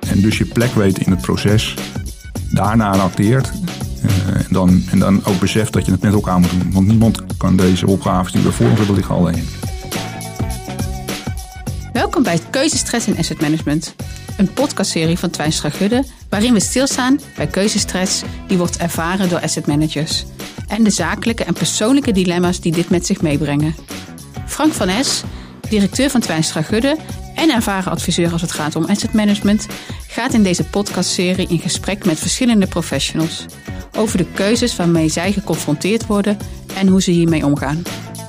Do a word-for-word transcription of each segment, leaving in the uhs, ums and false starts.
en dus je plek weet in het proces. Daarna acteert. Uh, en, dan, en dan ook beseft dat je het met elkaar moet doen. Want niemand kan deze opgaves die we voor ons hebben liggen alleen. Welkom bij Keuzestress in Asset Management. Een podcastserie van Twijnstra Gudde waarin we stilstaan bij keuzestress die wordt ervaren door asset managers. En de zakelijke en persoonlijke dilemma's die dit met zich meebrengen. Frank van Es, directeur van Twijnstra Gudde en ervaren adviseur als het gaat om asset management, gaat in deze podcastserie in gesprek met verschillende professionals over de keuzes waarmee zij geconfronteerd worden en hoe ze hiermee omgaan.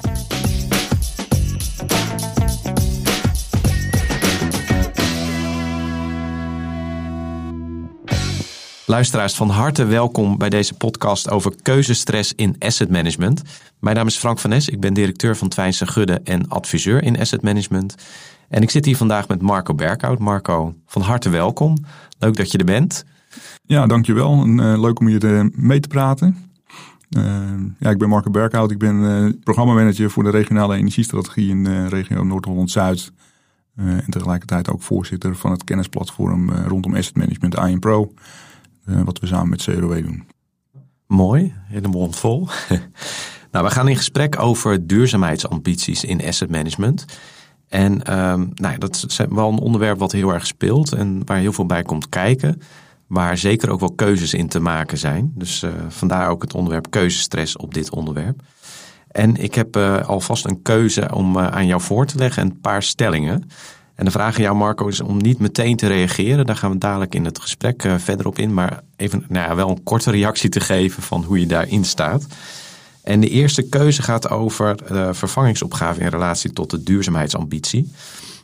Luisteraars, van harte welkom bij deze podcast over keuzestress in asset management. Mijn naam is Frank van Es, ik ben directeur van Twijnstra Gudde en adviseur in asset management. En ik zit hier vandaag met Marco Berkhout. Marco, van harte welkom. Leuk dat je er bent. Ja, dankjewel. En, uh, leuk om hier uh, mee te praten. Uh, ja, ik ben Marco Berkhout. Ik ben uh, programmamanager voor de regionale energiestrategie in de uh, regio Noord-Holland-Zuid. Uh, en tegelijkertijd ook voorzitter van het kennisplatform uh, rondom asset management I N Pro. Uh, wat we samen met C R O W doen. Mooi, hele mond vol. Nou, we gaan in gesprek over duurzaamheidsambities in asset management. En um, nou, dat is wel een onderwerp wat heel erg speelt en waar heel veel bij komt kijken. Waar zeker ook wel keuzes in te maken zijn. Dus uh, vandaar ook het onderwerp keuzestress op dit onderwerp. En ik heb uh, alvast een keuze om uh, aan jou voor te leggen en een paar stellingen. En de vraag aan jou, Marco, is om niet meteen te reageren. Daar gaan we dadelijk in het gesprek uh, verder op in. Maar even nou ja, wel een korte reactie te geven van hoe je daarin staat. En de eerste keuze gaat over uh, vervangingsopgave in relatie tot de duurzaamheidsambitie.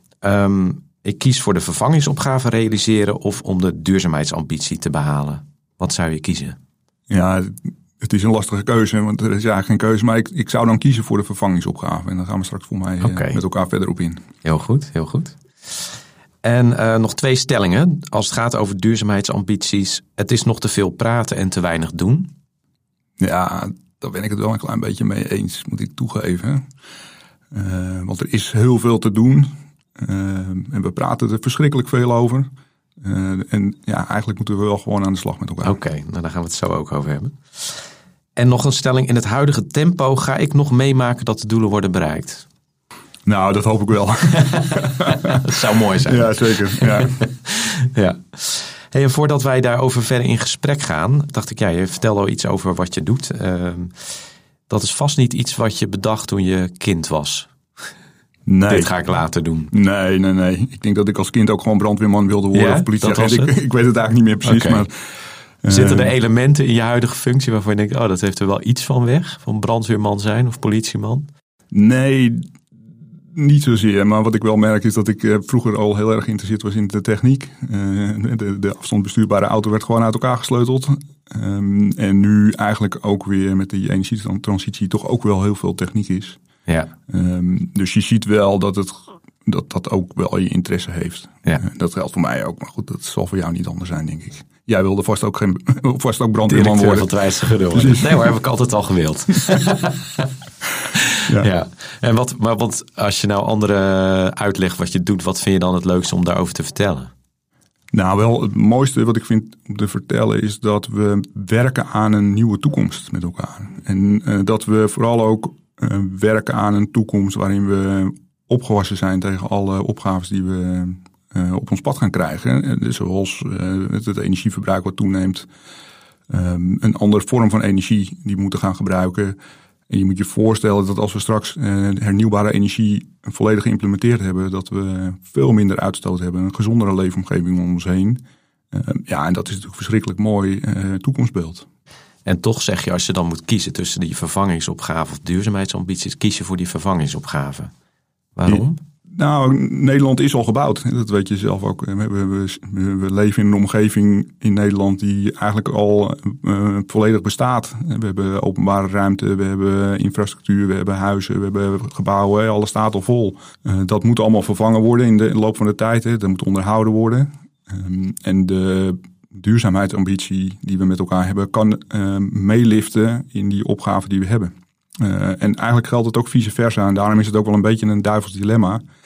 Um, ik kies voor de vervangingsopgave realiseren of om de duurzaamheidsambitie te behalen. Wat zou je kiezen? Ja, het is een lastige keuze, want er is eigenlijk geen keuze. Maar ik, ik zou dan kiezen voor de vervangingsopgave. En dan gaan we straks voor mij okay. uh, met elkaar verder op in. Heel goed, heel goed. En uh, nog twee stellingen. Als het gaat over duurzaamheidsambities. Het is nog te veel praten en te weinig doen. Ja, daar ben ik het wel een klein beetje mee eens, moet ik toegeven. Uh, want er is heel veel te doen. Uh, en we praten er verschrikkelijk veel over. Uh, en ja, eigenlijk moeten we wel gewoon aan de slag met elkaar. Oké, okay, nou daar gaan we het zo ook over hebben. En nog een stelling. In het huidige tempo ga ik nog meemaken dat de doelen worden bereikt. Nou, dat hoop ik wel. Dat zou mooi zijn. Ja, zeker. Ja. Ja. Hey, en voordat wij daarover verder in gesprek gaan, dacht ik, ja, je vertelde al iets over wat je doet. Uh, dat is vast niet iets wat je bedacht toen je kind was. Nee. Dit ga ik later doen. Nee, nee, nee. Ik denk dat ik als kind ook gewoon brandweerman wilde worden. Ja, of politieagent. Ik, ik weet het eigenlijk niet meer precies. Okay. Maar, uh, Zitten er elementen in je huidige functie waarvan je denkt, oh, dat heeft er wel iets van weg? Van brandweerman zijn of politieman? Nee, niet zozeer. Maar wat ik wel merk is dat ik uh, vroeger al heel erg geïnteresseerd was in de techniek. Uh, de, de afstandsbestuurbare auto werd gewoon uit elkaar gesleuteld. Um, en nu eigenlijk ook weer met die energietransitie toch ook wel heel veel techniek is. Ja. Um, dus je ziet wel dat het dat, dat ook wel je interesse heeft. Ja. Uh, dat geldt voor mij ook. Maar goed, dat zal voor jou niet anders zijn, denk ik. Jij wilde vast ook, geen, vast ook brandweerman worden. Van Twijnstra Gudde worden. Nee hoor, heb ik altijd al gewild. Ja. Ja. En wat, maar wat, als je nou anderen uitlegt wat je doet, wat vind je dan het leukste om daarover te vertellen? Nou, wel het mooiste wat ik vind om te vertellen is dat we werken aan een nieuwe toekomst met elkaar. En uh, dat we vooral ook uh, werken aan een toekomst waarin we opgewassen zijn tegen alle opgaves die we uh, op ons pad gaan krijgen. Uh, zoals uh, het, het energieverbruik wat toeneemt. Um, een andere vorm van energie die we moeten gaan gebruiken. En je moet je voorstellen dat als we straks uh, hernieuwbare energie volledig geïmplementeerd hebben, dat we veel minder uitstoot hebben, een gezondere leefomgeving om ons heen. Uh, ja, en dat is natuurlijk verschrikkelijk mooi uh, toekomstbeeld. En toch zeg je, als je dan moet kiezen tussen die vervangingsopgave of duurzaamheidsambities, kies je voor die vervangingsopgave. Waarom? Die, nou, Nederland is al gebouwd. Dat weet je zelf ook. We, we, we, we leven in een omgeving in Nederland die eigenlijk al uh, volledig bestaat. We hebben openbare ruimte, we hebben infrastructuur, we hebben huizen, we hebben gebouwen. Alles staat al vol. Uh, dat moet allemaal vervangen worden in de, in de loop van de tijd. Hè. Dat moet onderhouden worden. Um, en de duurzaamheidsambitie die we met elkaar hebben kan uh, meeliften in die opgave die we hebben. Uh, en eigenlijk geldt het ook vice versa. En daarom is het ook wel een beetje een duivels dilemma.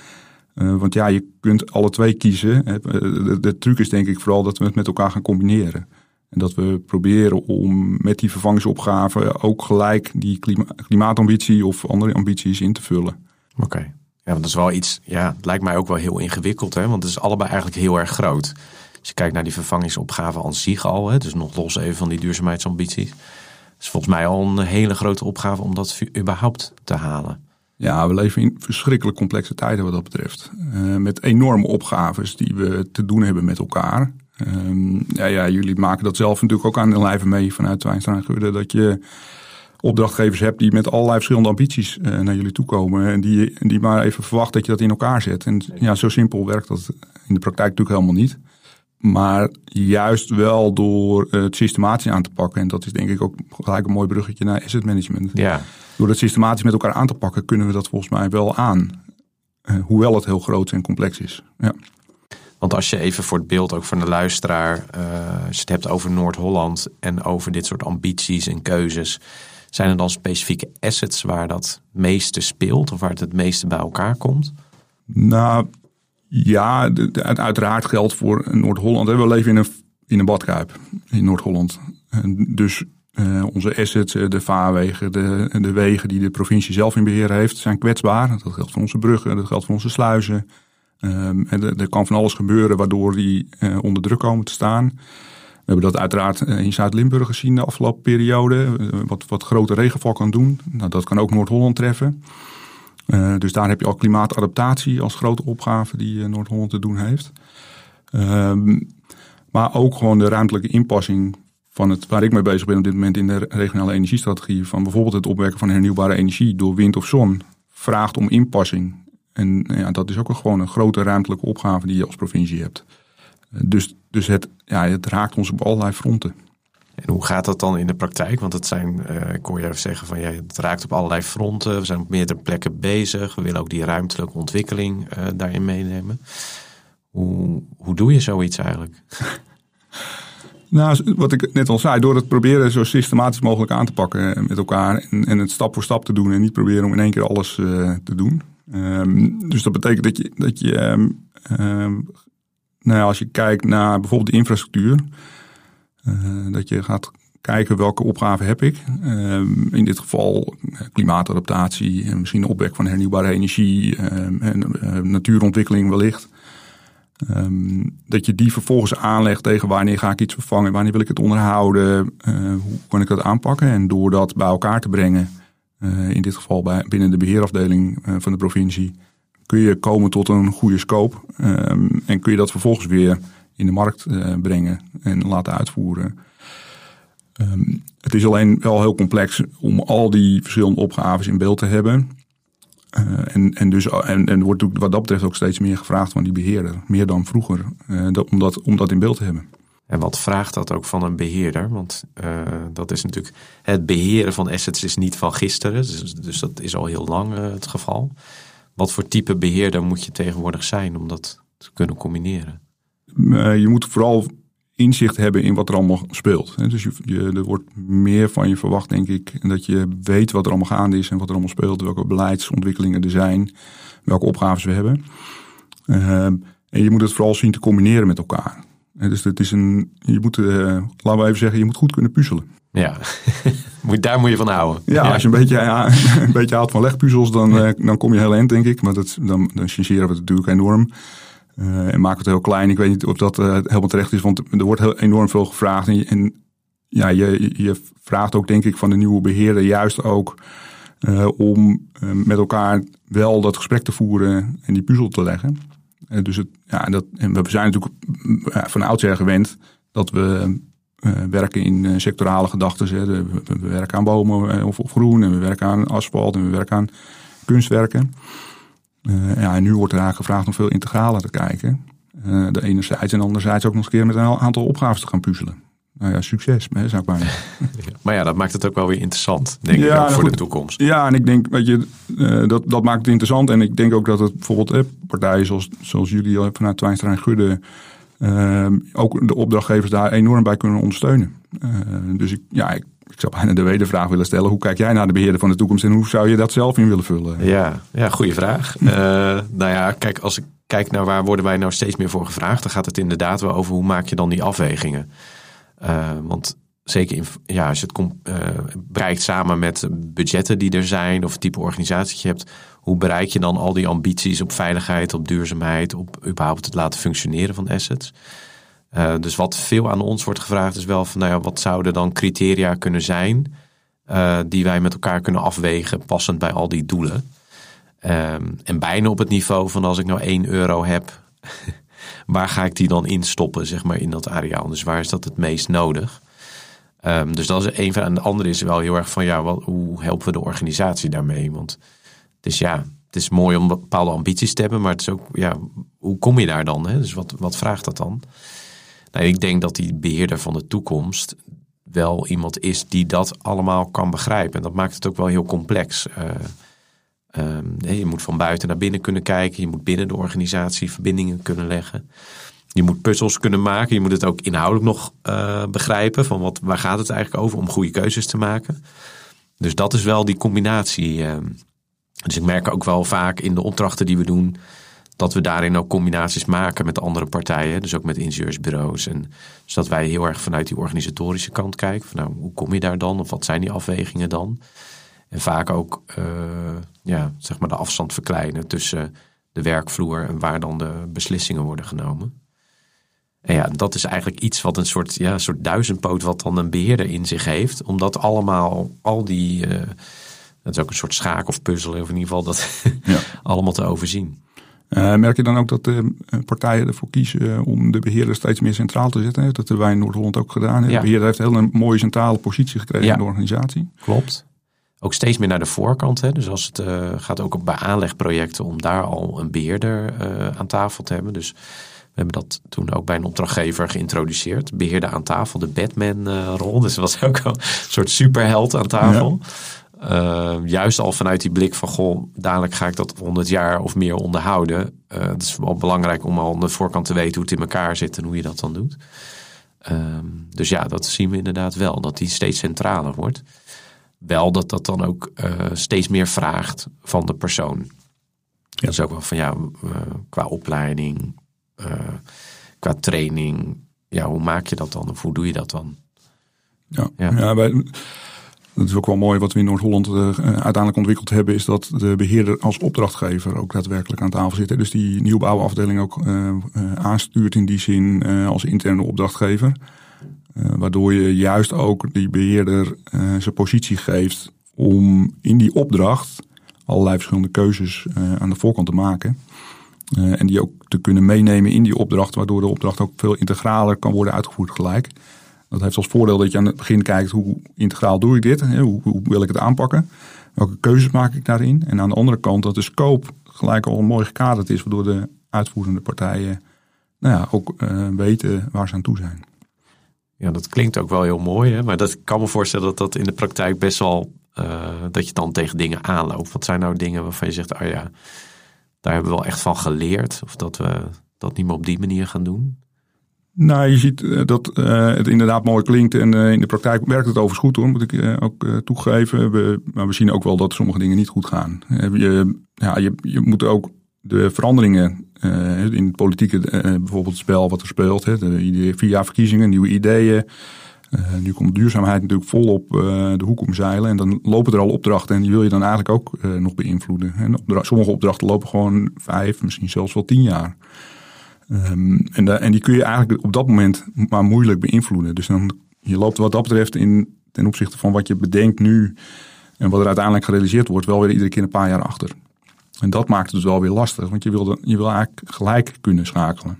Uh, want ja, je kunt alle twee kiezen. De, de truc is denk ik vooral dat we het met elkaar gaan combineren. En dat we proberen om met die vervangingsopgave ook gelijk die klima- klimaatambitie of andere ambities in te vullen. Oké. Okay. Ja, want dat is wel iets, ja, het lijkt mij ook wel heel ingewikkeld, hè? Want het is allebei eigenlijk heel erg groot. Als je kijkt naar die vervangingsopgave aan zich al, hè, dus nog los even van die duurzaamheidsambities. Het is volgens mij al een hele grote opgave om dat überhaupt te halen. Ja, we leven in verschrikkelijk complexe tijden wat dat betreft. Uh, met enorme opgaves die we te doen hebben met elkaar. Um, ja, ja, jullie maken dat zelf natuurlijk ook aan de lijve mee vanuit Twijnstra en Gudde. Dat je opdrachtgevers hebt die met allerlei verschillende ambities uh, naar jullie toe komen. En die, die maar even verwachten dat je dat in elkaar zet. En ja, zo simpel werkt dat in de praktijk natuurlijk helemaal niet. Maar juist wel door het systematisch aan te pakken. En dat is denk ik ook gelijk een mooi bruggetje naar asset management. Ja. Door dat systematisch met elkaar aan te pakken kunnen we dat volgens mij wel aan. Uh, hoewel het heel groot en complex is. Ja. Want als je even voor het beeld, ook van de luisteraar, uh, als je het hebt over Noord-Holland en over dit soort ambities en keuzes. Zijn er dan specifieke assets waar dat meeste speelt of waar het het meeste bij elkaar komt? Nou ja, de, de, uiteraard geldt voor Noord-Holland. We leven in een, in een badkuip in Noord-Holland. En dus uh, onze assets, de vaarwegen, de, de wegen die de provincie zelf in beheer heeft, zijn kwetsbaar. Dat geldt voor onze bruggen, dat geldt voor onze sluizen. Um, en er kan van alles gebeuren waardoor die uh, onder druk komen te staan. We hebben dat uiteraard in Zuid-Limburg gezien de afgelopen periode. Uh, wat, wat grote regenval kan doen. Nou, dat kan ook Noord-Holland treffen. Uh, dus daar heb je al klimaatadaptatie als grote opgave die uh, Noord-Holland te doen heeft. Um, maar ook gewoon de ruimtelijke inpassing van het, waar ik mee bezig ben op dit moment in de regionale energiestrategie. Van bijvoorbeeld het opwekken van hernieuwbare energie door wind of zon. Vraagt om inpassing. En ja, dat is ook een, gewoon een grote ruimtelijke opgave die je als provincie hebt. Dus, dus het, ja, het raakt ons op allerlei fronten. En hoe gaat dat dan in de praktijk? Want het zijn, uh, ik hoor je even zeggen van ja, het raakt op allerlei fronten. We zijn op meerdere plekken bezig. We willen ook die ruimtelijke ontwikkeling uh, daarin meenemen. Hoe, hoe doe je zoiets eigenlijk? Nou, wat ik net al zei, door het proberen zo systematisch mogelijk aan te pakken met elkaar. En, en het stap voor stap te doen en niet proberen om in één keer alles uh, te doen. Um, dus dat betekent dat je, dat je um, um, nou ja, als je kijkt naar bijvoorbeeld de infrastructuur, uh, dat je gaat kijken welke opgaven heb ik. Um, in dit geval uh, klimaatadaptatie, en misschien de opwek van hernieuwbare energie um, en uh, natuurontwikkeling wellicht. Um, dat je die vervolgens aanlegt tegen wanneer ga ik iets vervangen, wanneer wil ik het onderhouden, uh, hoe kan ik dat aanpakken. En door dat bij elkaar te brengen, uh, in dit geval bij, binnen de beheerafdeling uh, van de provincie, kun je komen tot een goede scope. Um, en kun je dat vervolgens weer in de markt uh, brengen en laten uitvoeren. Um, het is alleen wel heel complex om al die verschillende opgaves in beeld te hebben. Uh, en, en, dus, en, en wordt wat dat betreft ook steeds meer gevraagd van die beheerder. Meer dan vroeger, uh, dat, om, dat, om dat in beeld te hebben. En wat vraagt dat ook van een beheerder? Want uh, dat is natuurlijk, het beheren van assets is niet van gisteren. Dus, dus dat is al heel lang uh, het geval. Wat voor type beheerder moet je tegenwoordig zijn om dat te kunnen combineren? Uh, je moet vooral inzicht hebben in wat er allemaal speelt. Dus je, je, er wordt meer van je verwacht, denk ik. En dat je weet wat er allemaal gaande is en wat er allemaal speelt. Welke beleidsontwikkelingen er zijn. Welke opgaves we hebben. Uh, en je moet het vooral zien te combineren met elkaar. Dus het is een, je moet, uh, laten we even zeggen, je moet goed kunnen puzzelen. Ja, daar moet je van houden. Ja, ja. Als je een beetje, ja, een beetje houdt van legpuzzels, dan, uh, dan kom je heel eind, denk ik. Maar dat, dan, dan changeren we het natuurlijk enorm. Uh, en maken we het heel klein. Ik weet niet of dat uh, helemaal terecht is, want er wordt heel enorm veel gevraagd. En, en ja, je, je vraagt ook, denk ik, van de nieuwe beheerder juist ook uh, om uh, met elkaar wel dat gesprek te voeren en die puzzel te leggen. Uh, dus het, ja, dat, en we zijn natuurlijk uh, van oudsher gewend dat we uh, werken in uh, sectorale gedachten. We, we, we werken aan bomen uh, of, of groen en we werken aan asfalt en we werken aan kunstwerken. Uh, ja, en nu wordt er eigenlijk gevraagd om veel integraler te kijken. Uh, de enerzijds en anderzijds ook nog eens een keer met een aantal opgaves te gaan puzzelen. Nou ja, succes, hè, zou ik maar zeggen. Maar ja, dat maakt het ook wel weer interessant, denk ja, ik, ook nou voor goed, de toekomst. Ja, en ik denk, weet je, uh, dat, dat maakt het interessant. En ik denk ook dat het bijvoorbeeld eh, partijen zoals, zoals jullie vanuit Twijnstra en Gudde uh, ook de opdrachtgevers daar enorm bij kunnen ondersteunen. Uh, dus ik, ja, ik, ik zou bijna de wedervraag willen stellen. Hoe kijk jij naar de beheerder van de toekomst en hoe zou je dat zelf in willen vullen? Ja, ja goede vraag. uh, nou ja, kijk, als ik kijk naar waar worden wij nou steeds meer voor gevraagd, dan gaat het inderdaad wel over hoe maak je dan die afwegingen. Uh, want zeker in, ja, als je het kom, uh, bereikt samen met budgetten die er zijn of het type organisatie dat je hebt, hoe bereik je dan al die ambities op veiligheid, op duurzaamheid, op überhaupt het laten functioneren van assets? Uh, dus wat veel aan ons wordt gevraagd is wel van, nou ja, wat zouden dan criteria kunnen zijn uh, die wij met elkaar kunnen afwegen passend bij al die doelen. Um, en bijna op het niveau van als ik nou één euro heb, waar ga ik die dan instoppen, zeg maar, in dat areaal? Dus waar is dat het meest nodig? Um, dus dat is één van. En de andere is wel heel erg van, ja, wat, hoe helpen we de organisatie daarmee? Want het is ja, het is mooi om bepaalde ambities te hebben, maar het is ook, ja, hoe kom je daar dan? Hè? Dus wat, wat vraagt dat dan? Nou, ik denk dat die beheerder van de toekomst wel iemand is die dat allemaal kan begrijpen. En dat maakt het ook wel heel complex. Uh, um, je moet van buiten naar binnen kunnen kijken. Je moet binnen de organisatie verbindingen kunnen leggen. Je moet puzzels kunnen maken. Je moet het ook inhoudelijk nog uh, begrijpen. Van wat, waar gaat het eigenlijk over om goede keuzes te maken. Dus dat is wel die combinatie. Uh, dus ik merk ook wel vaak in de opdrachten die we doen, dat we daarin ook combinaties maken met andere partijen. Dus ook met ingenieursbureaus. En dus dat wij heel erg vanuit die organisatorische kant kijken. Van nou, hoe kom je daar dan? Of wat zijn die afwegingen dan? En vaak ook uh, ja, zeg maar de afstand verkleinen tussen de werkvloer en waar dan de beslissingen worden genomen. En ja, dat is eigenlijk iets wat een soort, ja, een soort duizendpoot wat dan een beheerder in zich heeft. Omdat allemaal, al die, uh, dat is ook een soort schaak of puzzel, of in ieder geval dat ja. allemaal te overzien. Uh, merk je dan ook dat de partijen ervoor kiezen om de beheerder steeds meer centraal te zetten? Dat hebben wij in Noord-Holland ook gedaan. Ja. De beheerder heeft heel een mooie centrale positie gekregen ja. in de organisatie. Klopt. Ook steeds meer naar de voorkant. Hè. Dus als het uh, gaat ook bij aanlegprojecten om daar al een beheerder uh, aan tafel te hebben. Dus we hebben dat toen ook bij een opdrachtgever geïntroduceerd. Beheerder aan tafel, de Batman-rol. Uh, dus dat was ook een soort superheld aan tafel. Ja. Uh, juist al vanuit die blik van, goh, dadelijk ga ik dat honderd jaar of meer onderhouden. Uh, het is wel belangrijk om al aan de voorkant te weten hoe het in elkaar zit en hoe je dat dan doet. Uh, dus ja, dat zien we inderdaad wel, dat die steeds centraler wordt. Wel dat dat dan ook uh, steeds meer vraagt van de persoon. Ja. Dus ook wel van, ja, uh, qua opleiding, uh, qua training. Ja, hoe maak je dat dan of hoe doe je dat dan? Ja, ja. ja wij... Dat is ook wel mooi wat we in Noord-Holland uh, uiteindelijk ontwikkeld hebben, is dat de beheerder als opdrachtgever ook daadwerkelijk aan tafel zit. Hè. Dus die nieuwbouwafdeling ook uh, uh, aanstuurt in die zin uh, als interne opdrachtgever. Uh, waardoor je juist ook die beheerder uh, zijn positie geeft om in die opdracht allerlei verschillende keuzes uh, aan de voorkant te maken. Uh, en die ook te kunnen meenemen in die opdracht, waardoor de opdracht ook veel integraler kan worden uitgevoerd gelijk. Dat heeft als voordeel dat je aan het begin kijkt, hoe integraal doe ik dit? Hoe, hoe wil ik het aanpakken? Welke keuzes maak ik daarin? En aan de andere kant dat de scope gelijk al mooi gekaderd is, waardoor de uitvoerende partijen nou ja, ook uh, weten waar ze aan toe zijn. Ja, dat klinkt ook wel heel mooi. Hè? Maar dat, ik kan me voorstellen dat dat in de praktijk best wel, uh, dat je dan tegen dingen aanloopt. Wat zijn nou dingen waarvan je zegt, oh ja, daar hebben we wel echt van geleerd. Of dat we dat niet meer op die manier gaan doen? Nou, je ziet dat uh, het inderdaad mooi klinkt en uh, in de praktijk werkt het overigens goed hoor, moet ik uh, ook uh, toegeven. We, maar we zien ook wel dat sommige dingen niet goed gaan. Uh, je, ja, je, je moet ook de veranderingen uh, in het politieke, uh, bijvoorbeeld het spel wat er speelt, hè, de, via verkiezingen, nieuwe ideeën. Uh, nu komt duurzaamheid natuurlijk volop uh, de hoek omzeilen en dan lopen er al opdrachten en die wil je dan eigenlijk ook uh, nog beïnvloeden. En opdracht, sommige opdrachten lopen gewoon vijf, misschien zelfs wel tien jaar. Um, en, da, en die kun je eigenlijk op dat moment maar moeilijk beïnvloeden. Dus dan, je loopt wat dat betreft in, ten opzichte van wat je bedenkt nu en wat er uiteindelijk gerealiseerd wordt, wel weer iedere keer een paar jaar achter. En dat maakt het dus wel weer lastig, want je wil, de, je wil eigenlijk gelijk kunnen schakelen.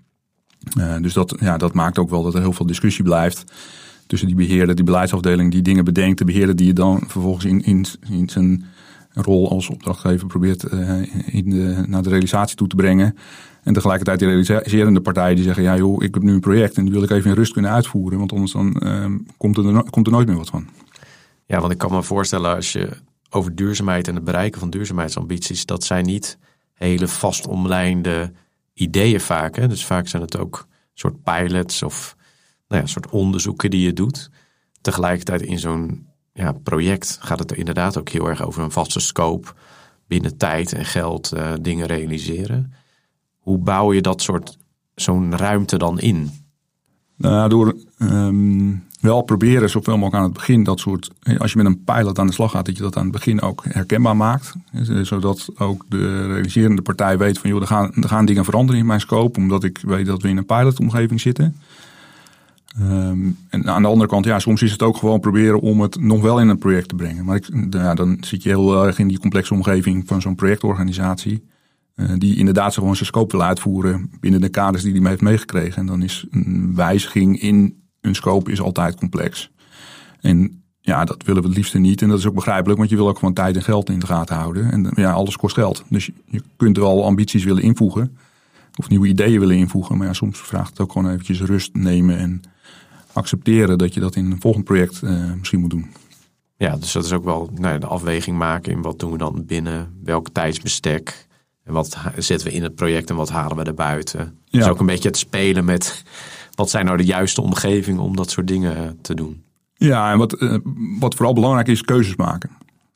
Uh, dus dat, ja, dat maakt ook wel dat er heel veel discussie blijft tussen die beheerder, die beleidsafdeling die dingen bedenkt, de beheerder die je dan vervolgens in, in, in zijn rol als opdrachtgever probeert uh, in de, naar de realisatie toe te brengen. En tegelijkertijd die realiserende partijen die zeggen, ja joh, ik heb nu een project en die wil ik even in rust kunnen uitvoeren. Want anders dan uh, komt, er no- komt er nooit meer wat van. Ja, want ik kan me voorstellen als je over duurzaamheid en het bereiken van duurzaamheidsambities, dat zijn niet hele vast omlijnde ideeën vaak. Hè? Dus vaak zijn het ook soort pilots of nou ja, soort onderzoeken die je doet. tegelijkertijd in zo'n ja, project gaat het er inderdaad ook heel erg over een vaste scope. Binnen tijd en geld uh, dingen realiseren. Hoe bouw je dat soort zo'n ruimte dan in? Nou, door um, wel proberen zoveel mogelijk aan het begin dat soort. Als je met een pilot aan de slag gaat, dat je dat aan het begin ook herkenbaar maakt. Zodat ook de realiserende partij weet van joh, er gaan, er gaan dingen veranderen in mijn scope. Omdat ik weet dat we in een pilotomgeving zitten. Um, en aan de andere kant, ja, soms is het ook gewoon proberen om het nog wel in een project te brengen. Maar ik, ja, dan zit je heel erg in die complexe omgeving van zo'n projectorganisatie. Uh, die inderdaad gewoon zijn scope wil uitvoeren binnen de kaders die hij mee heeft meegekregen. En dan is een wijziging in een scope is altijd complex. En ja, dat willen we het liefst niet. En dat is ook begrijpelijk, want je wil ook gewoon tijd en geld in de gaten houden. En ja, alles kost geld. Dus je, je kunt wel ambities willen invoegen. Of nieuwe ideeën willen invoegen. Maar ja, soms vraagt het ook gewoon eventjes rust nemen en accepteren dat je dat in een volgend project uh, misschien moet doen. Ja, dus dat is ook wel nou, de afweging maken in wat doen we dan binnen, welk tijdsbestek en wat zetten we in het project en wat halen we erbuiten. Ja. Dus ook een beetje het spelen met wat zijn nou de juiste omgevingen om dat soort dingen te doen. Ja, en wat, uh, wat vooral belangrijk is, keuzes maken.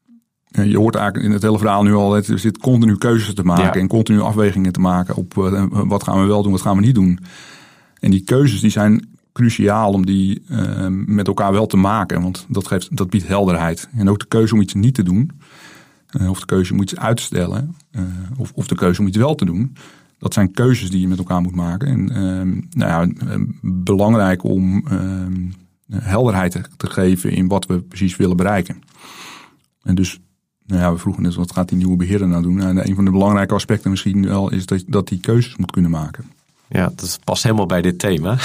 Je hoort eigenlijk in het hele verhaal nu al, er zit continu keuzes te maken ja. en continu afwegingen te maken op uh, wat gaan we wel doen, wat gaan we niet doen. En die keuzes die zijn cruciaal om die uh, met elkaar wel te maken. Want dat, geeft, dat biedt helderheid. En ook de keuze om iets niet te doen. Uh, of de keuze om iets uit te stellen. Uh, of, of de keuze om iets wel te doen. Dat zijn keuzes die je met elkaar moet maken. En uh, nou ja, uh, belangrijk om uh, helderheid te, te geven in wat we precies willen bereiken. En dus, nou ja, we vroegen net wat gaat die nieuwe beheerder nou doen. En een van de belangrijke aspecten misschien wel is dat, dat die keuzes moet kunnen maken. Ja, dat past helemaal bij dit thema.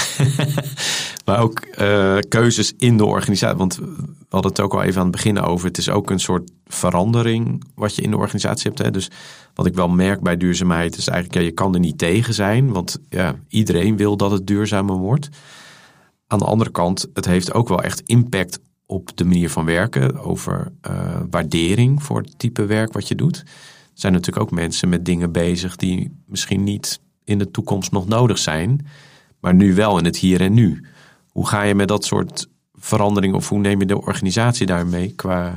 Maar ook uh, keuzes in de organisatie. Want we hadden het ook al even aan het begin over. Het is ook een soort verandering wat je in de organisatie hebt. Hè? Dus wat ik wel merk bij duurzaamheid is eigenlijk, ja, je kan er niet tegen zijn. Want ja, iedereen wil dat het duurzamer wordt. Aan de andere kant, het heeft ook wel echt impact op de manier van werken. Over uh, waardering voor het type werk wat je doet. Er zijn natuurlijk ook mensen met dingen bezig die misschien niet in de toekomst nog nodig zijn, maar nu wel in het hier en nu. Hoe ga je met dat soort veranderingen of hoe neem je de organisatie daarmee qua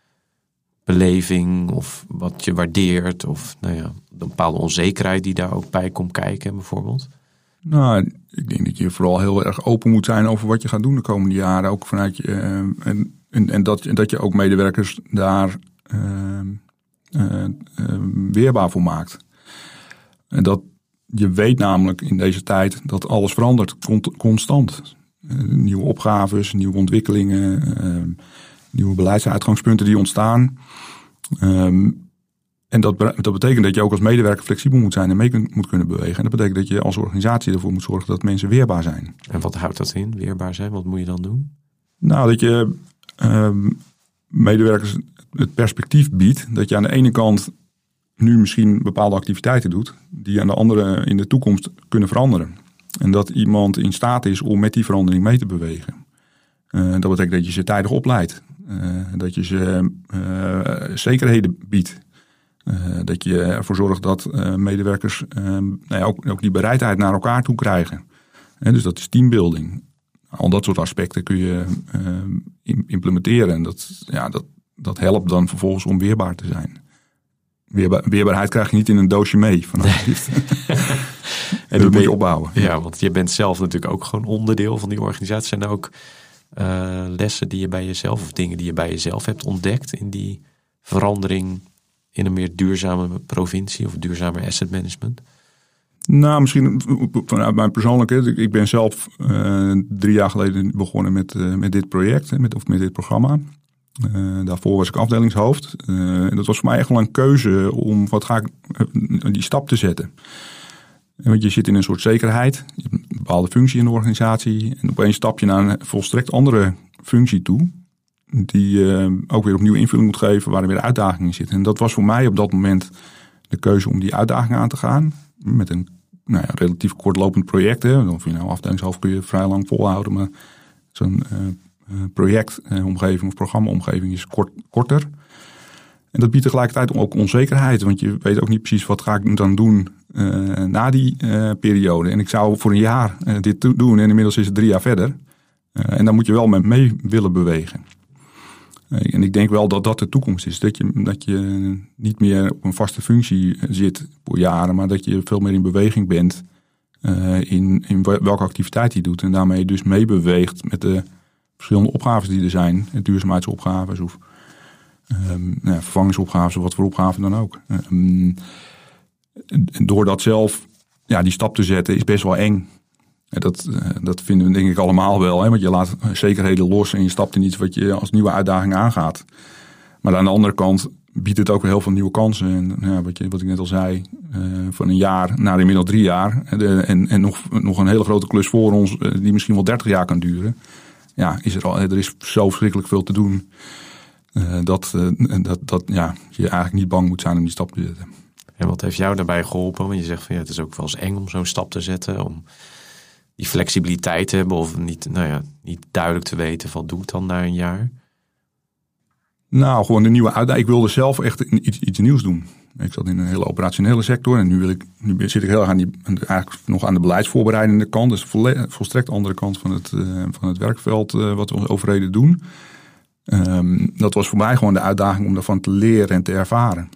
beleving of wat je waardeert of nou ja, een bepaalde onzekerheid die daar ook bij komt kijken bijvoorbeeld? Nou, ik denk dat je vooral heel erg open moet zijn over wat je gaat doen de komende jaren. Ook vanuit je, uh, en, en, en dat, dat je ook medewerkers daar uh, uh, uh, weerbaar voor maakt. En dat je weet namelijk in deze tijd dat alles verandert, constant. Uh, nieuwe opgaves, nieuwe ontwikkelingen, uh, nieuwe beleidsuitgangspunten die ontstaan. Um, en dat, dat betekent dat je ook als medewerker flexibel moet zijn en mee kun, moet kunnen bewegen. En dat betekent dat je als organisatie ervoor moet zorgen dat mensen weerbaar zijn. En wat houdt dat in, weerbaar zijn? Wat moet je dan doen? Nou, dat je um, medewerkers het perspectief biedt dat je aan de ene kant nu misschien bepaalde activiteiten doet die aan de andere in de toekomst kunnen veranderen. En dat iemand in staat is om met die verandering mee te bewegen. Uh, dat betekent dat je ze tijdig opleidt. Uh, dat je ze uh, zekerheden biedt. Uh, dat je ervoor zorgt dat uh, medewerkers uh, nou ja, ook, ook die bereidheid naar elkaar toe krijgen. Uh, dus dat is teambuilding. Al dat soort aspecten kun je uh, implementeren. En dat, ja, dat, dat helpt dan vervolgens om weerbaar te zijn. Weerbaar, weerbaarheid krijg je niet in een doosje mee. Vanaf nee. En dat moet je opbouwen. Ja, want je bent zelf natuurlijk ook gewoon onderdeel van die organisatie. Zijn er ook uh, lessen die je bij jezelf of dingen die je bij jezelf hebt ontdekt in die verandering in een meer duurzame provincie of duurzamer asset management? Nou, misschien vanuit mijn persoonlijke. Ik ben zelf uh, drie jaar geleden begonnen met, uh, met dit project, met, of met dit programma. Uh, daarvoor was ik afdelingshoofd. Uh, en dat was voor mij echt wel een keuze om wat ga ik, uh, die stap te zetten. Want je zit in een soort zekerheid. Je hebt een bepaalde functie in de organisatie. En opeens stap je naar een volstrekt andere functie toe. Die uh, ook weer opnieuw invulling moet geven waar er weer uitdagingen zitten. En dat was voor mij op dat moment de keuze om die uitdaging aan te gaan. Met een nou ja, relatief kortlopend project. Hè. Of je nou afdelingshoofd kun je vrij lang volhouden. Maar zo'n uh, projectomgeving of programmaomgeving is kort, korter. En dat biedt tegelijkertijd ook onzekerheid. Want je weet ook niet precies wat ga ik dan doen uh, na die uh, periode. En ik zou voor een jaar uh, dit doen. En inmiddels is het drie jaar verder. Uh, en daar moet je wel mee, mee willen bewegen. Uh, en ik denk wel dat dat de toekomst is. Dat je, dat je niet meer op een vaste functie zit voor jaren, maar dat je veel meer in beweging bent uh, in, in welke activiteit je doet. En daarmee dus meebeweegt met de verschillende opgaves die er zijn. Duurzaamheidsopgaves of um, nou, vervangingsopgaves of wat voor opgaven dan ook. Um, door dat zelf, ja, die stap te zetten is best wel eng. Dat, dat vinden we denk ik allemaal wel. Hè? Want je laat zekerheden los en je stapt in iets wat je als nieuwe uitdaging aangaat. Maar aan de andere kant biedt het ook weer heel veel nieuwe kansen. En ja, wat, je, wat ik net al zei, uh, van een jaar naar inmiddels drie jaar. De, en en nog, nog een hele grote klus voor ons uh, die misschien wel dertig jaar kan duren. Ja, is er, al, er is zo verschrikkelijk veel te doen. Uh, dat, uh, dat, dat ja, je eigenlijk niet bang moet zijn om die stap te zetten. En wat heeft jou daarbij geholpen? Want je zegt van ja, het is ook wel eens eng om zo'n stap te zetten. Om die flexibiliteit te hebben of niet, nou ja, niet duidelijk te weten van doe het dan na een jaar? Nou, gewoon een nieuwe uitdaging. Ik wilde zelf echt iets, iets nieuws doen. Ik zat in een hele operationele sector en nu, wil ik, nu zit ik heel erg aan die, eigenlijk nog aan de beleidsvoorbereidende kant. Dus volle, volstrekt andere kant van het, uh, van het werkveld uh, wat onze overheden doen. Um, dat was voor mij gewoon de uitdaging om daarvan te leren en te ervaren.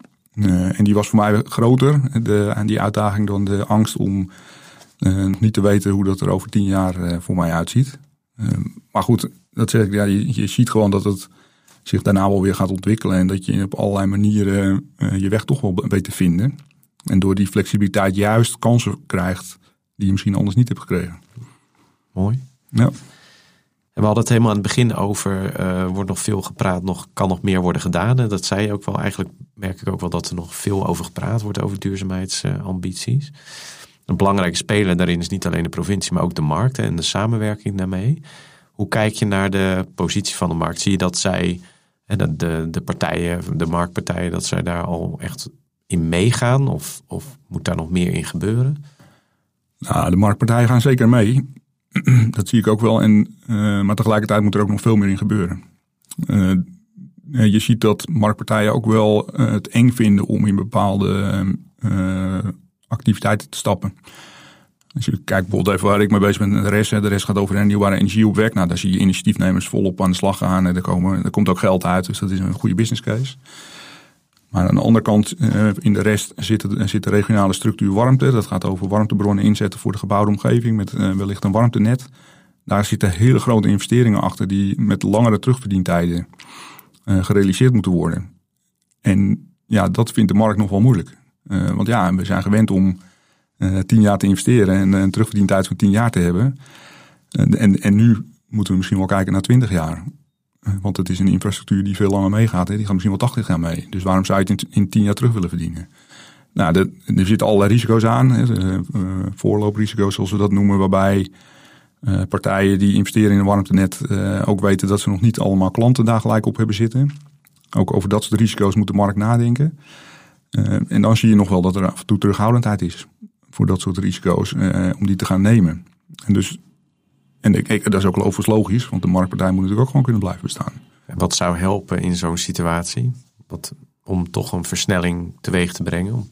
Uh, en die was voor mij groter, de, aan die uitdaging, dan de angst om uh, niet te weten hoe dat er over tien jaar uh, voor mij uitziet. Uh, maar goed, dat zeg ik, ja, je, je ziet gewoon dat het zich daarna wel weer gaat ontwikkelen en dat je op allerlei manieren uh, je weg toch wel weet te vinden. En door die flexibiliteit juist kansen krijgt die je misschien anders niet hebt gekregen. Mooi. Ja. En we hadden het helemaal aan het begin over, uh, wordt nog veel gepraat, nog, kan nog meer worden gedaan. En dat zei je ook wel, eigenlijk merk ik ook wel dat er nog veel over gepraat wordt over duurzaamheidsambities. Een belangrijke speler daarin is niet alleen de provincie, maar ook de markt en de samenwerking daarmee. Hoe kijk je naar de positie van de markt? Zie je dat zij, de, de, de partijen, de marktpartijen, dat zij daar al echt in meegaan? Of, of moet daar nog meer in gebeuren? Nou, de marktpartijen gaan zeker mee. Dat zie ik ook wel. En, uh, maar tegelijkertijd moet er ook nog veel meer in gebeuren. Uh, je ziet dat marktpartijen ook wel uh, het eng vinden om in bepaalde uh, activiteiten te stappen. Als je kijkt bijvoorbeeld even waar ik mee bezig ben met de rest. De rest gaat over hernieuwbare energie op weg. Nou, daar zie je initiatiefnemers volop aan de slag gaan. En er, komen, er komt ook geld uit. Dus dat is een goede business case. Maar aan de andere kant, uh, in de rest zit de, zit de regionale structuur warmte. Dat gaat over warmtebronnen inzetten voor de gebouwde omgeving met uh, wellicht een warmtenet. Daar zitten hele grote investeringen achter die met langere terugverdientijden uh, gerealiseerd moeten worden. En ja, dat vindt de markt nog wel moeilijk. Uh, want ja, we zijn gewend om uh, tien jaar te investeren en een terugverdientijd van tien jaar te hebben. Uh, en, en nu moeten we misschien wel kijken naar twintig jaar. Want het is een infrastructuur die veel langer meegaat. Hè. Die gaat misschien wel tachtig jaar mee. Dus waarom zou je het in, in tien jaar terug willen verdienen? Nou, de, er zitten allerlei risico's aan. Hè. De, uh, voorlooprisico's zoals we dat noemen. Waarbij uh, partijen die investeren in een warmtenet uh, ook weten dat ze nog niet allemaal klanten daar gelijk op hebben zitten. Ook over dat soort risico's moet de markt nadenken. Uh, en dan zie je nog wel dat er af en toe terughoudendheid is. Voor dat soort risico's. Uh, om die te gaan nemen. En dus... En ik, ik, dat is ook overigens logisch, want de marktpartij moet natuurlijk ook gewoon kunnen blijven bestaan. En wat zou helpen in zo'n situatie? Wat, om toch een versnelling teweeg te brengen?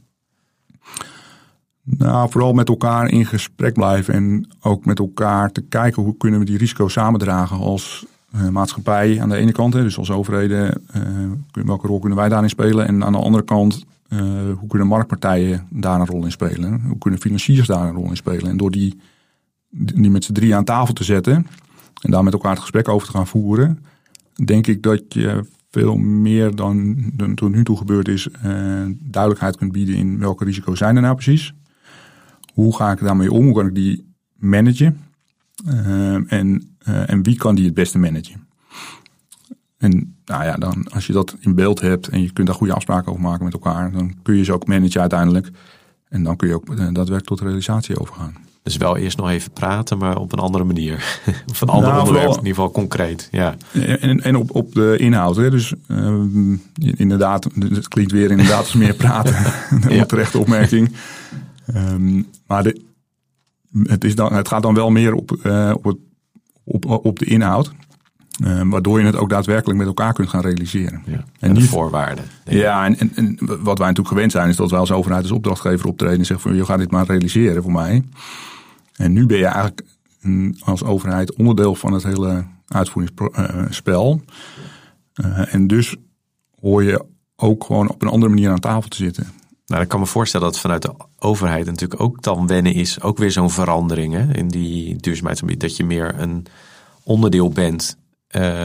Nou, vooral met elkaar in gesprek blijven en ook met elkaar te kijken hoe kunnen we die risico's samendragen als uh, maatschappij aan de ene kant. Hè, dus als overheden, uh, welke rol kunnen wij daarin spelen? En aan de andere kant, uh, hoe kunnen marktpartijen daar een rol in spelen? Hoe kunnen financiers daar een rol in spelen? En door die... die met z'n drie aan tafel te zetten en daar met elkaar het gesprek over te gaan voeren, denk ik dat je veel meer dan, dan tot nu toe gebeurd is, uh, duidelijkheid kunt bieden in welke risico's zijn er nou precies. Hoe ga ik daarmee om? Hoe kan ik die managen? Uh, en, uh, en wie kan die het beste managen? En nou ja, dan, als je dat in beeld hebt en je kunt daar goede afspraken over maken met elkaar, dan kun je ze ook managen uiteindelijk. En dan kun je ook uh, daadwerkelijk tot realisatie overgaan. Dus wel eerst nog even praten, maar op een andere manier. Of een ander nou, onderwerp, vooral, in ieder geval concreet. Ja. En, en op, op de inhoud. Hè. Dus uh, inderdaad, het klinkt weer inderdaad als meer praten. Een ja. terechte opmerking. Um, maar de, het, is dan, het gaat dan wel meer op, uh, op, het, op, op de inhoud. Uh, waardoor je het ook daadwerkelijk met elkaar kunt gaan realiseren. Ja, en, en de niet, voorwaarden. Ja, en, en, en wat wij natuurlijk gewend zijn is dat wij als overheid als opdrachtgever optreden en zeggen van je gaat dit maar realiseren voor mij. En nu ben je eigenlijk als overheid onderdeel van het hele uitvoeringsspel. Uh, en dus hoor je ook gewoon op een andere manier aan tafel te zitten. Nou, ik kan me voorstellen dat vanuit de overheid natuurlijk ook dan wennen is. Ook weer zo'n verandering, hè, in die duurzaamheidsgebied. Dat je meer een onderdeel bent. Uh,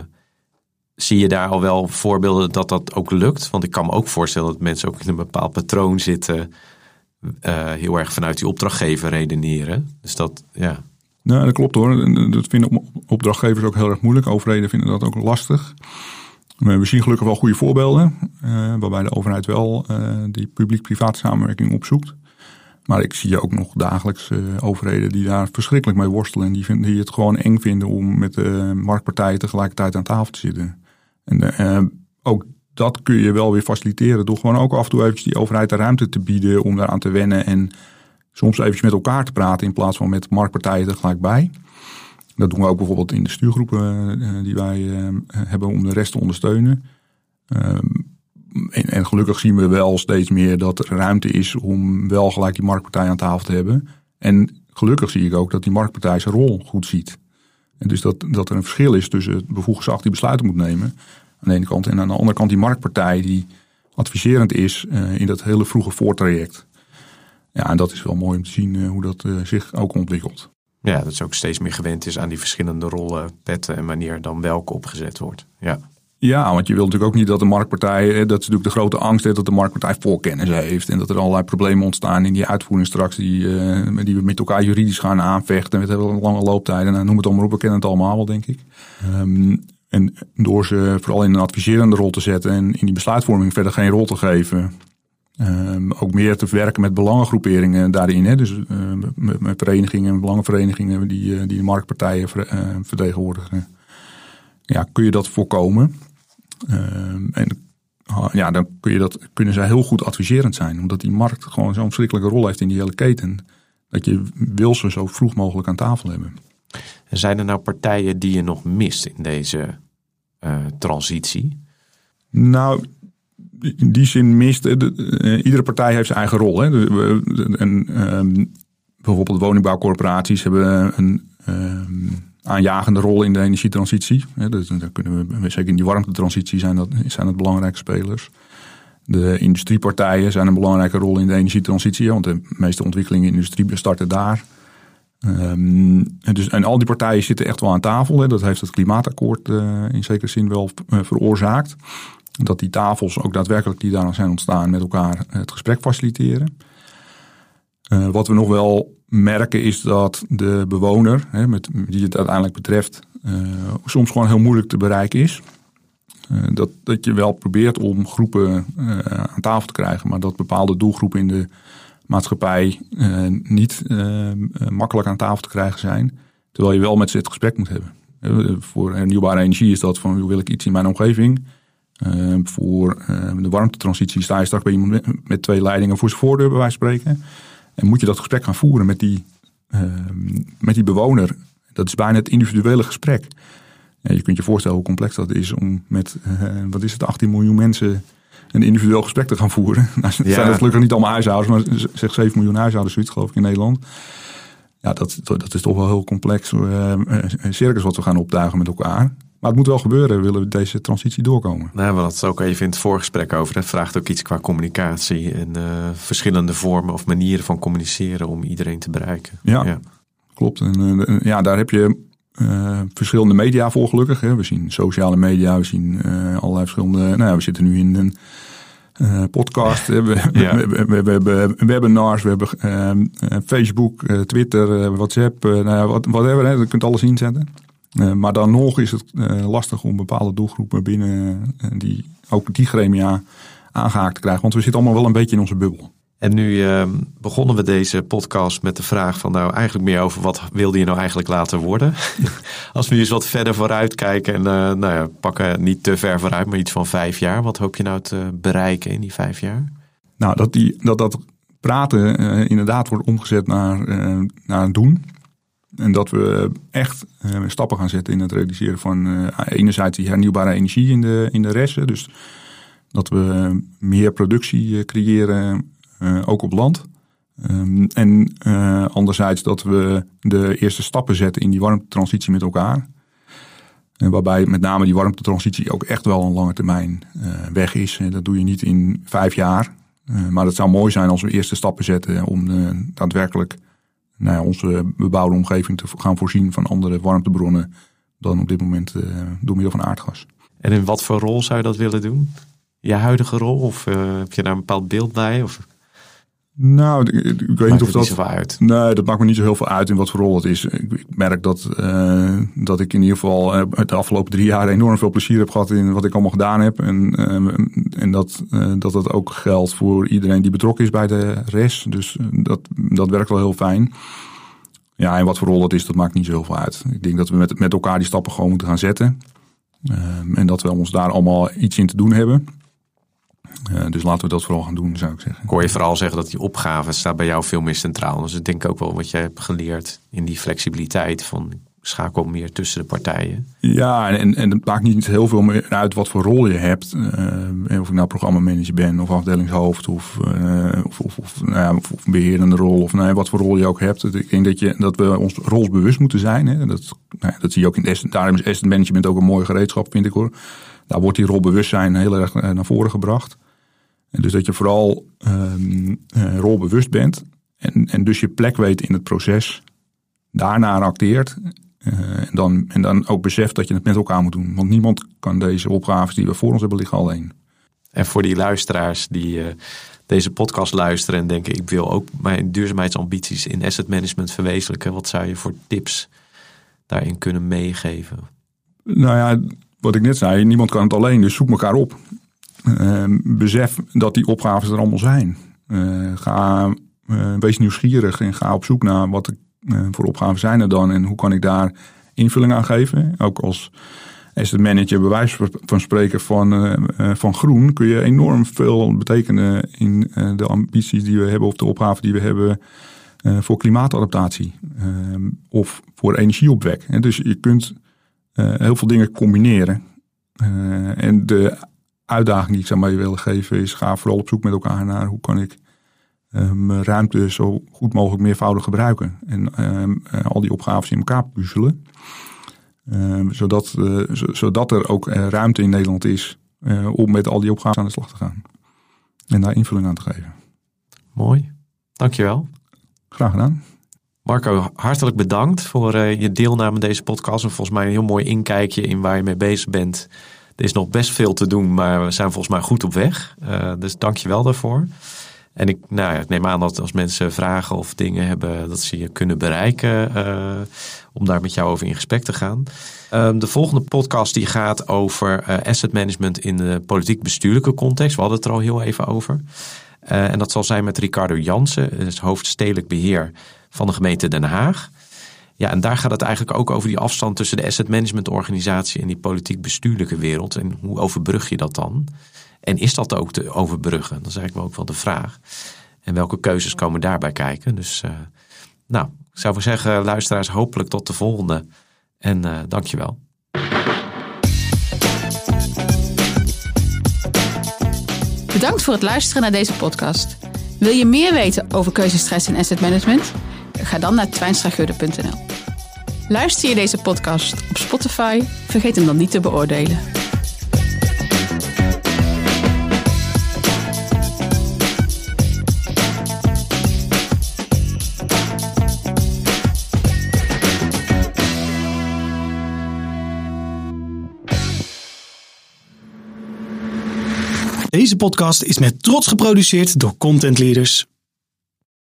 zie je daar al wel voorbeelden dat dat ook lukt? Want ik kan me ook voorstellen dat mensen ook in een bepaald patroon zitten. Uh, heel erg vanuit die opdrachtgever redeneren. Dus dat, ja. Nou, dat klopt hoor. Dat vinden opdrachtgevers ook heel erg moeilijk. Overheden vinden dat ook lastig. We zien gelukkig wel goede voorbeelden. Uh, waarbij de overheid wel uh, die publiek-private samenwerking opzoekt. Maar ik zie ook nog dagelijks uh, overheden die daar verschrikkelijk mee worstelen. En die, vinden, die het gewoon eng vinden om met de marktpartijen tegelijkertijd aan tafel te zitten. En uh, ook dat kun je wel weer faciliteren door gewoon ook af en toe eventjes die overheid de ruimte te bieden om daaraan te wennen. En soms eventjes met elkaar te praten in plaats van met marktpartijen tegelijk bij. Dat doen we ook bijvoorbeeld in de stuurgroepen uh, die wij uh, hebben om de rest te ondersteunen. Uh, en, en gelukkig zien we wel steeds meer dat er ruimte is om wel gelijk die marktpartij aan tafel te hebben. En gelukkig zie ik ook dat die marktpartij zijn rol goed ziet. En dus dat, dat er een verschil is tussen het bevoegd gezag die besluiten moet nemen aan de ene kant. En aan de andere kant die marktpartij die adviserend is uh, in dat hele vroege voortraject. Ja, en dat is wel mooi om te zien uh, hoe dat uh, zich ook ontwikkelt. Ja, dat ze ook steeds meer gewend is aan die verschillende rollen, petten en wanneer dan welke opgezet wordt. Ja. Ja, want je wilt natuurlijk ook niet dat de marktpartij, dat is natuurlijk de grote angst, dat de marktpartij voorkennis heeft. En dat er allerlei problemen ontstaan in die uitvoering straks, die, uh, die we met elkaar juridisch gaan aanvechten met hele lange looptijden. Nou, noem het allemaal op, we kennen het allemaal wel, denk ik. Um, en door ze vooral in een adviserende rol te zetten en in die besluitvorming verder geen rol te geven. Um, ook meer te werken met belangengroeperingen daarin. Hè? Dus uh, met, met verenigingen, belangenverenigingen die, uh, die de marktpartijen ver, uh, vertegenwoordigen. Ja, kun je dat voorkomen? Um, en uh, ja, dan kun je dat, kunnen zij heel goed adviserend zijn. Omdat die markt gewoon zo'n verschrikkelijke rol heeft in die hele keten. Dat je wil ze zo vroeg mogelijk aan tafel hebben. En zijn er nou partijen die je nog mist in deze uh, transitie? Nou, in die zin mist, de, uh, iedere partij heeft zijn eigen rol. Hè. De, de, en, um, bijvoorbeeld woningbouwcorporaties hebben een um, aanjagende rol in de energietransitie. Hè. Dus, daar kunnen we, zeker in die warmtetransitie zijn dat, zijn dat belangrijke spelers. De industriepartijen zijn een belangrijke rol in de energietransitie. Want de meeste ontwikkelingen in de industrie starten daar. Um, en, dus, en al die partijen zitten echt wel aan tafel. Hè. Dat heeft het klimaatakkoord uh, in zekere zin wel uh, veroorzaakt. Dat die tafels ook daadwerkelijk die daar zijn ontstaan met elkaar het gesprek faciliteren. Uh, wat we nog wel merken is dat de bewoner, hè, met, die het uiteindelijk betreft, uh, soms gewoon heel moeilijk te bereiken is. Uh, dat, dat je wel probeert om groepen uh, aan tafel te krijgen, maar dat bepaalde doelgroepen in de maatschappij uh, niet uh, makkelijk aan tafel te krijgen zijn. Terwijl je wel met ze het gesprek moet hebben. Uh, voor hernieuwbare energie is dat van, wil ik iets in mijn omgeving? Uh, voor uh, de warmtetransitie sta je straks bij iemand met, met twee leidingen voor zijn voordeur, bij wijze van spreken. En moet je dat gesprek gaan voeren met die, uh, met die bewoner. Dat is bijna het individuele gesprek. Ja, je kunt je voorstellen hoe complex dat is om met, uh, wat is het, achttien miljoen mensen een individueel gesprek te gaan voeren. Nou, ja. Zijn dat gelukkig niet allemaal huishoudens, maar zeg zeven miljoen huishoudens, zoiets geloof ik in Nederland. Ja, dat, dat is toch wel heel complex uh, een circus wat we gaan optuigen met elkaar. Maar het moet wel gebeuren, willen we deze transitie doorkomen. Nou, we hadden het ook even in het voorgesprek over. Het vraagt ook iets qua communicatie en uh, verschillende vormen of manieren van communiceren om iedereen te bereiken. Ja, ja. Klopt. En uh, ja, daar heb je uh, verschillende media voor gelukkig. Hè. We zien sociale media, we zien uh, allerlei verschillende. Nou ja, we zitten nu in een uh, podcast. We, ja. we, we, we, we hebben webinars, we hebben uh, Facebook, uh, Twitter, uh, WhatsApp, uh, nou ja, whatever. Hè. Je kunt alles inzetten. Uh, maar dan nog is het uh, lastig om bepaalde doelgroepen binnen uh, die ook die gremia aangehaakt te krijgen. Want we zitten allemaal wel een beetje in onze bubbel. En nu uh, begonnen we deze podcast met de vraag van nou eigenlijk meer over wat wilde je nou eigenlijk laten worden? Als we nu eens wat verder vooruit kijken en uh, nou ja, pakken niet te ver vooruit, maar iets van vijf jaar. Wat hoop je nou te bereiken in die vijf jaar? Nou, dat die, dat, dat praten uh, inderdaad wordt omgezet naar, uh, naar doen. En dat we echt uh, stappen gaan zetten in het realiseren van uh, enerzijds die hernieuwbare energie in de, in de resten. Dus dat we meer productie uh, creëren, uh, ook op land. Um, en uh, anderzijds dat we de eerste stappen zetten in die warmtetransitie met elkaar. En waarbij met name die warmtetransitie ook echt wel een lange termijn uh, weg is. En dat doe je niet in vijf jaar. Uh, maar het zou mooi zijn als we eerste stappen zetten om uh, daadwerkelijk nou ja, onze bebouwde omgeving te gaan voorzien van andere warmtebronnen dan op dit moment uh, door middel van aardgas. En in wat voor rol zou je dat willen doen? Je huidige rol? Of uh, heb je daar een bepaald beeld bij? Of... Nou, ik, ik weet maakt niet of dat. Niet zoveel uit. Nee, dat maakt me niet zo heel veel uit in wat voor rol het is. Ik, ik merk dat, uh, dat ik in ieder geval uh, de afgelopen drie jaar enorm veel plezier heb gehad in wat ik allemaal gedaan heb. En, uh, en dat, uh, dat dat ook geldt voor iedereen die betrokken is bij de rest. Dus uh, dat, dat werkt wel heel fijn. Ja, en wat voor rol dat is, dat maakt niet zo heel veel uit. Ik denk dat we met, met elkaar die stappen gewoon moeten gaan zetten. Uh, en dat we ons daar allemaal iets in te doen hebben. Uh, dus laten we dat vooral gaan doen, zou ik zeggen. Ik hoor je vooral zeggen dat die opgave staat bij jou veel meer centraal. Dus ik denk ook wel wat jij hebt geleerd in die flexibiliteit van schakel meer tussen de partijen. Ja, en, en het maakt niet heel veel meer uit wat voor rol je hebt. Uh, of ik nou programmamanager ben of afdelingshoofd of, uh, of, of, of, nou ja, of, of beherende rol. Of nou ja, wat voor rol je ook hebt. Ik denk dat, je, dat we ons rolsbewust moeten zijn. Hè. Dat, nou ja, dat zie je ook in het daarom is asset management ook een mooi gereedschap, vind ik hoor. Daar wordt die rolbewustzijn heel erg naar voren gebracht. En dus dat je vooral um, uh, rolbewust bent. En, en dus je plek weet in het proces. Daarnaar acteert. Uh, en, dan, en dan ook beseft dat je het met elkaar moet doen. Want niemand kan deze opgaves die we voor ons hebben liggen alleen. En voor die luisteraars die uh, deze podcast luisteren en denken, ik wil ook mijn duurzaamheidsambities in asset management verwezenlijken. Wat zou je voor tips daarin kunnen meegeven? Nou ja, wat ik net zei, niemand kan het alleen. Dus zoek elkaar op. Uh, besef dat die opgaves er allemaal zijn. Uh, ga, uh, wees nieuwsgierig en ga op zoek naar wat uh, voor opgaven zijn er dan. En hoe kan ik daar invulling aan geven. Ook als asset manager, bij wijze van spreken van, uh, uh, van groen, kun je enorm veel betekenen in uh, de ambities die we hebben of de opgaven die we hebben uh, voor klimaatadaptatie. Uh, of voor energieopwek. En dus je kunt uh, heel veel dingen combineren. Uh, en de uitdaging die ik zou mee willen geven is, ga vooral op zoek met elkaar naar hoe kan ik um, mijn ruimte zo goed mogelijk meervoudig gebruiken. En um, uh, al die opgaves in elkaar puzzelen. Um, zodat, uh, z- zodat er ook uh, ruimte in Nederland is uh, om met al die opgaves aan de slag te gaan. En daar invulling aan te geven. Mooi, dankjewel. Graag gedaan. Marco, hartelijk bedankt voor uh, je deelname aan deze podcast. En volgens mij een heel mooi inkijkje in waar je mee bezig bent. Er is nog best veel te doen, maar we zijn volgens mij goed op weg. Uh, dus dank je wel daarvoor. En ik, nou ja, ik neem aan dat als mensen vragen of dingen hebben, dat ze je kunnen bereiken uh, om daar met jou over in gesprek te gaan. Uh, de volgende podcast die gaat over uh, asset management in de politiek-bestuurlijke context. We hadden het er al heel even over. Uh, en dat zal zijn met Ricardo Jansen, dus hoofd stedelijk beheer van de gemeente Den Haag. Ja, en daar gaat het eigenlijk ook over die afstand tussen de asset management organisatie en die politiek-bestuurlijke wereld. En hoe overbrug je dat dan? En is dat ook te overbruggen? Dat is eigenlijk ook wel de vraag. En welke keuzes komen daarbij kijken? Dus uh, nou, ik zou zeggen, luisteraars, hopelijk tot de volgende. En uh, dank je wel. Bedankt voor het luisteren naar deze podcast. Wil je meer weten over keuzestress en asset management? Ga dan naar twijnstragudde punt n l. Luister je deze podcast op Spotify? Vergeet hem dan niet te beoordelen. Deze podcast is met trots geproduceerd door Content Leaders.